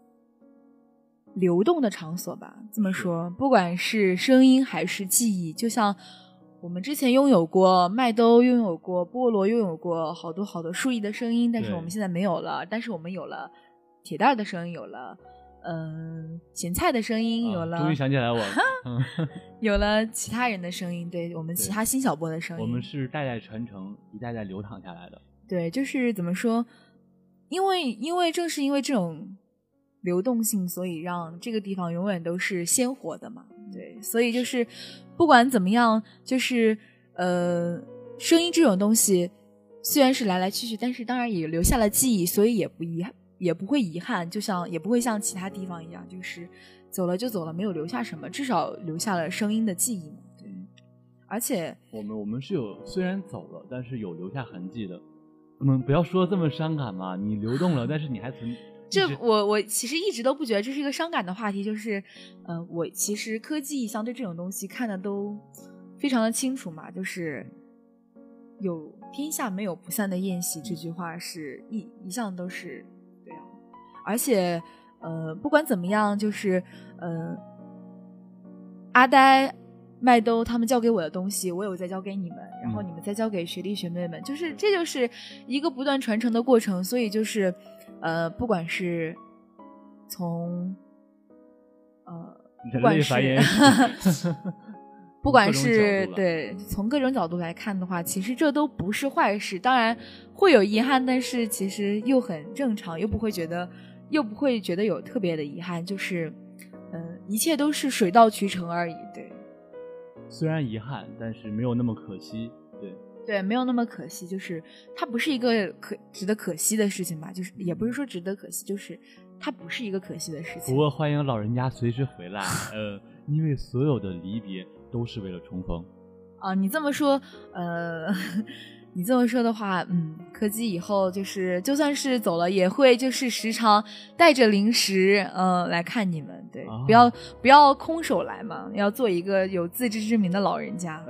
流动的场所吧，这么说，不管是声音还是记忆，就像我们之前拥有过麦兜，拥有过菠萝，拥有过好多好多数亿的声音，但是我们现在没有了。但是我们有了铁蛋的声音，有了嗯咸菜的声音，有了、 啊、终于想起来我有了其他人的声音，对我们其他新小波的声音， 我们是代代传承，一代代流淌下来的。 对，就是怎么说，因为因为正是因为这种流动性，所以让这个地方永远都是鲜活的嘛。对，所以就是不管怎么样，就是呃，声音这种东西虽然是来来去去，但是当然也留下了记忆，所以也不遗憾，也不会遗憾，就像也不会像其他地方一样，就是走了就走了，没有留下什么，至少留下了声音的记忆嘛。对，而且我们我们是有虽然走了，但是有留下痕迹的。嗯，不要说这么伤感嘛，你流动了，但是你还存。 这我我其实一直都不觉得这是一个伤感的话题，就是呃，我其实科技相对这种东西看的都非常的清楚嘛，就是有天下没有不散的宴席这句话是一一向都是对啊，而且呃，不管怎么样，就是呃，阿呆、麦兜他们教给我的东西，我有再教给你们，然后你们再教给学弟学妹们，就是这就是一个不断传承的过程，所以就是。呃，不管是从呃，不管是不管是对从各种角度来看的话，其实这都不是坏事。当然会有遗憾，但是其实又很正常，又不会觉得又不会觉得有特别的遗憾，就是嗯、呃，一切都是水到渠成而已。对， 虽然遗憾，但是没有那么可惜。对。 对，没有那么可惜，就是它不是一个可值得可惜的事情吧，就是也不是说值得可惜，就是它不是一个可惜的事情。 不过欢迎老人家随时回来，呃，因为所有的离别都是为了重逢。 啊，你这么说，呃，你这么说的话，嗯，柯基以后就是就算是走了，也会就是时常带着零食，嗯、呃，来看你们，对，啊、不要不要空手来嘛，要做一个有自知之明的老人家。 哎。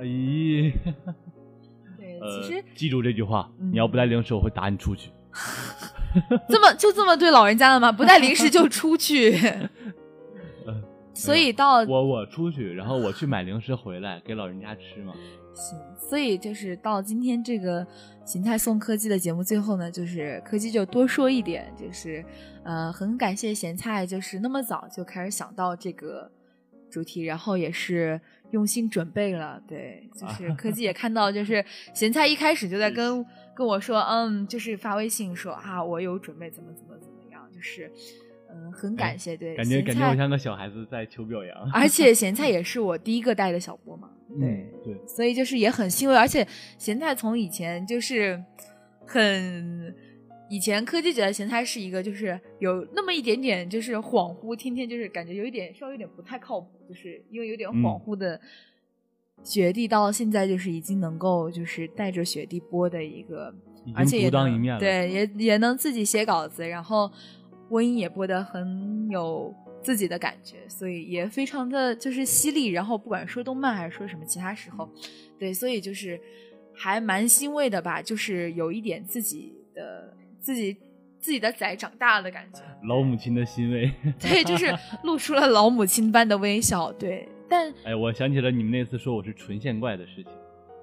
其实、 呃、记住这句话、嗯、你要不带零食我会打你出去。 这么就这么对老人家了吗？不带零食就出去。 呃、 所以到我我出去，然后我去买零食回来给老人家吃嘛。 行，所以就是到今天这个芹菜送柯基的节目最后呢，就是柯基就多说一点，就是呃很感谢咸菜就是那么早就开始想到这个主题，然后也是用心准备了。对，就是柯基也看到，就是咸菜一开始就在跟跟我说，嗯，就是发微信说啊，我有准备，怎么怎么怎么样，就是嗯，很感谢。对， 感觉感觉我像个小孩子在求表扬。 而且咸菜也是我第一个带的小波嘛，对、 嗯、对， 所以就是也很欣慰。而且咸菜从以前就是很。以前柯基觉得咸菜是一个就是有那么一点点就是恍惚，天天就是感觉有一点稍微有点不太靠谱，就是因为有点恍惚的、嗯、 学弟到现在就是已经能够就是带着学弟播的一个，而且也独当一面了， 对，也也能自己写稿子，然后播音也播得很有自己的感觉，所以也非常的就是犀利。然后不管说动漫还是说什么其他时候，对，所以就是还蛮欣慰的吧，就是有一点自己的自己自己的崽长大的感觉， 老母亲的欣慰。 对，就是露出了老母亲般的微笑。对，但哎，我想起了你们那次说我是唇线怪的事情。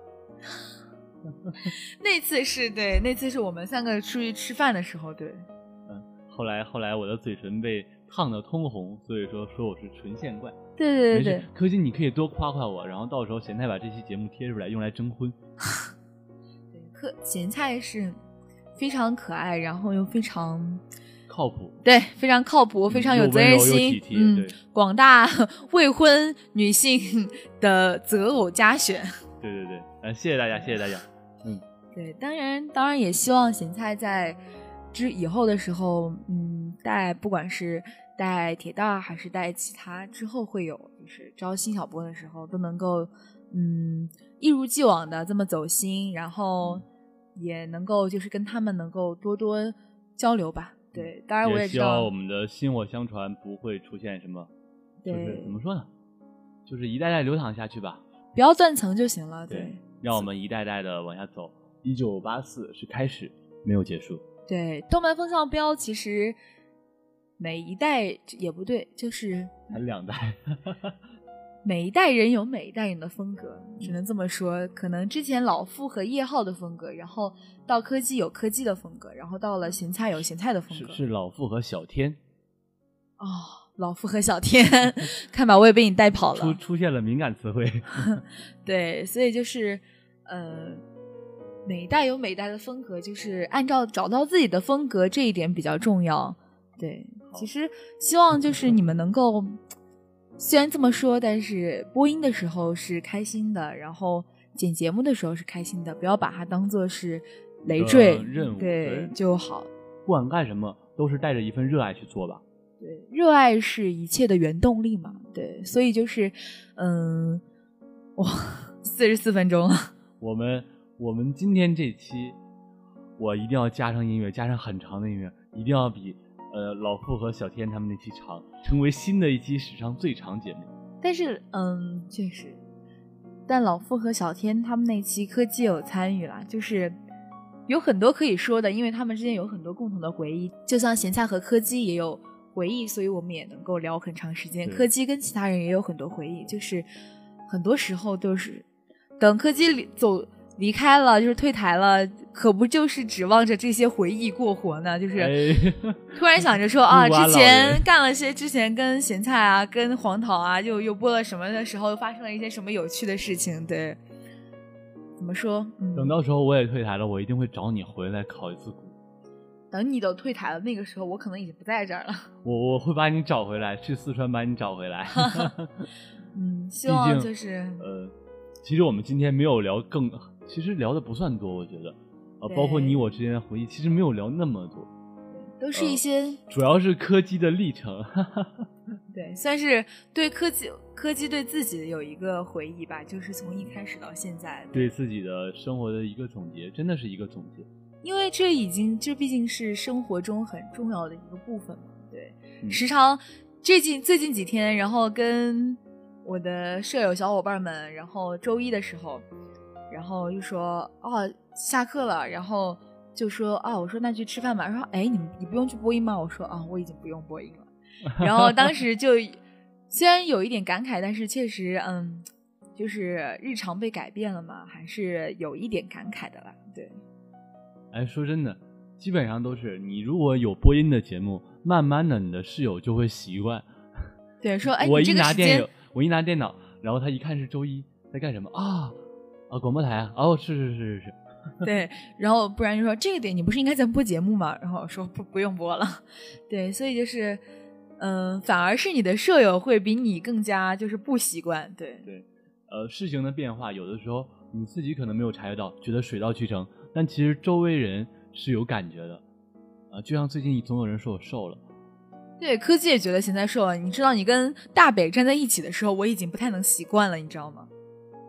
那次是对，那次是我们三个出去吃饭的时候，对。 嗯，后来后来我的嘴唇被烫得通红，所以说说我是唇线怪。 对对对对， 柯基你可以多夸夸我，然后到时候咸菜把这期节目贴出来用来征婚。 对，柯咸菜是非常可爱，然后又非常靠谱， 对，非常靠谱，非常有责任心，嗯，广大未婚女性的择偶佳选。 对对对，呃，谢谢大家，谢谢大家。嗯， 对，当然当然也希望咸菜在之以后的时候，嗯，带不管是带铁蛋还是带其他之后会有就是招新小播的时候都能够嗯一如既往的这么走心，然后也能够就是跟他们能够多多交流吧。对，当然我也知道也希望我们的薪火相传不会出现什么，就是怎么说呢，就是一代代流淌下去吧， 不要断层就行了。 对, 对，让我们一代代的往下走。一九八四是开始，没有结束。 对，动漫风向标其实每一代也不对，就是还两代每一代人有每一代人的风格，只能这么说。可能之前老傅和叶浩的风格，然后到科技有科技的风格，然后到了咸菜有咸菜的风格。 是, 是老傅和小天哦，老傅和小天看吧，我也被你带跑了， 出出现了敏感词汇对，所以就是呃每一代有每一代的风格，就是按照找到自己的风格，这一点比较重要。对，其实希望就是你们能够虽然这么说，但是播音的时候是开心的，然后剪节目的时候是开心的，不要把它当做是累赘任务， 对, 对就好。 不管干什么都是带着一份热爱去做吧。 对，热爱是一切的原动力嘛。对，所以就是嗯哇四十四分钟了， 我们我们今天这期我一定要加上音乐，加上很长的音乐，一定要比呃老傅和小天他们那期长，成为新的一期史上最长节目。 但是嗯确实，但老傅和小天他们那期科技有参与啦，就是有很多可以说的，因为他们之间有很多共同的回忆，就像咸菜和柯基也有回忆，所以我们也能够聊很长时间。柯基跟其他人也有很多回忆，就是很多时候都是等柯基走离开了，就是退台了，可不就是指望着这些回忆过活呢？就是突然想着说、哎、啊，之前干了些，之前跟咸菜啊、跟黄桃啊，又又播了什么的时候，发生了一些什么有趣的事情。对，怎么说？嗯、 等到时候我也退台了，我一定会找你回来考一次股。 等你都退台了，那个时候我可能已经不在这儿了。 我我会把你找回来，去四川把你找回来。 嗯，希望就是呃，其实我们今天没有聊更。其实聊的不算多，我觉得，呃，包括你我之间的回忆，其实没有聊那么多， 都是一些， 呃、主要是柯基的历程。 对，算是对柯基柯基对自己有一个回忆吧，就是从一开始到现在， 对自己的生活的一个总结，真的是一个总结。 因为这已经，这毕竟是生活中很重要的一个部分嘛。对，嗯、时常最近最近几天，然后跟我的舍友小伙伴们，然后周一的时候。然后就说哦下课了，然后就说啊，我说那去吃饭吧。然后哎，你你不用去播音吗？我说啊，我已经不用播音了。然后当时就虽然有一点感慨，但是确实嗯，就是日常被改变了嘛，还是有一点感慨的啦。对， 哎，说真的，基本上都是你如果有播音的节目，慢慢的你的室友就会习惯。 对，说哎， 我一拿电脑，我一拿电脑，然后他一看是周一在干什么啊？啊，广播台啊，哦，是是是是是， 对，然后不然就说这个点你不是应该在播节目吗？然后我说不不用播了，对，所以就是，嗯、呃，反而是你的舍友会比你更加就是不习惯，对对，呃，事情的变化有的时候你自己可能没有察觉到，觉得水到渠成，但其实周围人是有感觉的，啊、呃，就像最近总有人说我瘦了。 对，科技也觉得现在瘦了，你知道你跟大北站在一起的时候，我已经不太能习惯了，你知道吗？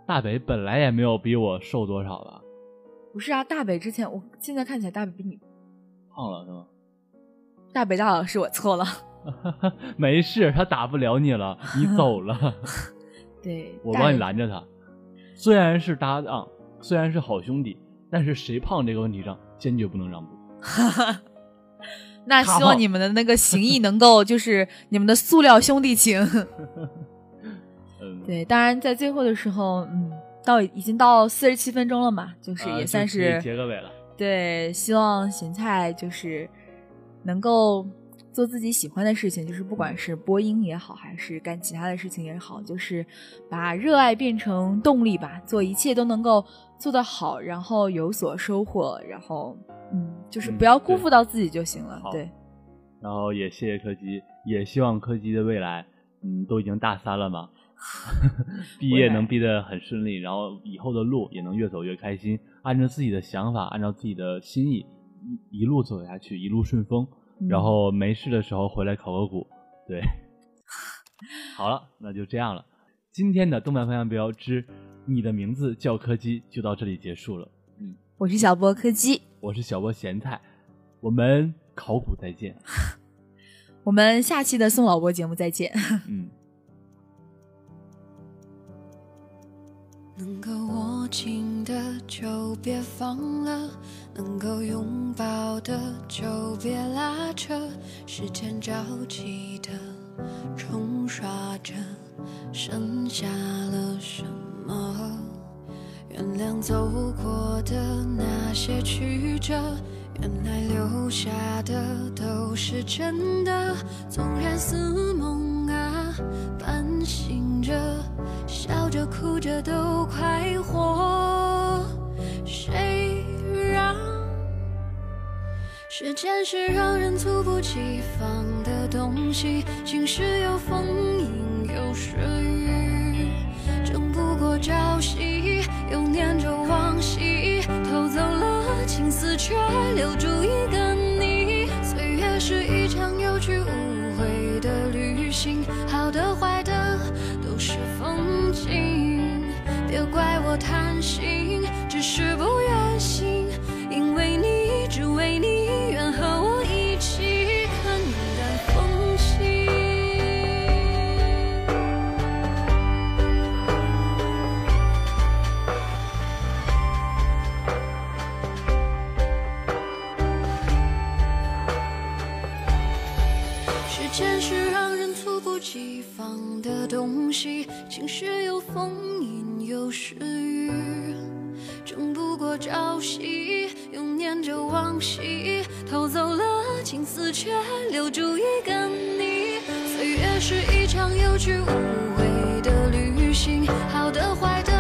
大北本来也没有比我瘦多少吧？ 不是啊，大北之前，我现在看起来大北比你胖了是吗？ 大北大老师，我错了。 没事，他打不了你了，你走了。 对， 我帮你拦着他。虽然是搭档，虽然是好兄弟，但是谁胖这个问题上坚决不能让步。 那希望你们的那个情谊能够，就是你们的塑料兄弟情。 嗯， 对，当然在最后的时候，嗯，到已经到四十七分钟了嘛，就是也算是、 呃、结个尾了。 对，希望咸菜就是能够做自己喜欢的事情，就是不管是播音也好，还是干其他的事情也好，就是把热爱变成动力吧，做一切都能够做得好，然后有所收获，然后嗯，就是不要辜负到自己就行了。嗯、对, 对。 然后也谢谢柯基，也希望柯基的未来，嗯，都已经大三了嘛，毕业能毕得很顺利，然后以后的路也能越走越开心，按照自己的想法，按照自己的心意，一一路走下去，一路顺风。嗯、然后没事的时候回来考个股，对。好了，那就这样了。今天的动漫方向标之你的名字叫柯基就到这里结束了。嗯， 我是小波柯基， 我是小波咸菜，我们考古再见。 我们下期的宋老伯节目再见。 嗯。 能够握紧的就别放了，能够拥抱的就别拉扯，时间着急的冲刷着，剩下了什么？原谅走过的那些曲折，原来留下的都是真的，纵然似梦啊，半醒着，笑着哭着都快活。谁让时间是让人猝不及防的东西，晴时有风阴有时雨，争不过朝夕，又念着往昔，偷走了青丝却留住一个你。岁月是一场有去无回的旅行，好的坏的都是风景，别怪我贪心，只是不愿醒，因为你，只为你，愿和我一起看淡风轻。时间是让人猝不及防的东西，晴时有风阴有时雨，争不过朝夕，又念着往昔，偷走了青丝却留住一个你。岁月是一场有去无回的旅行，好的坏的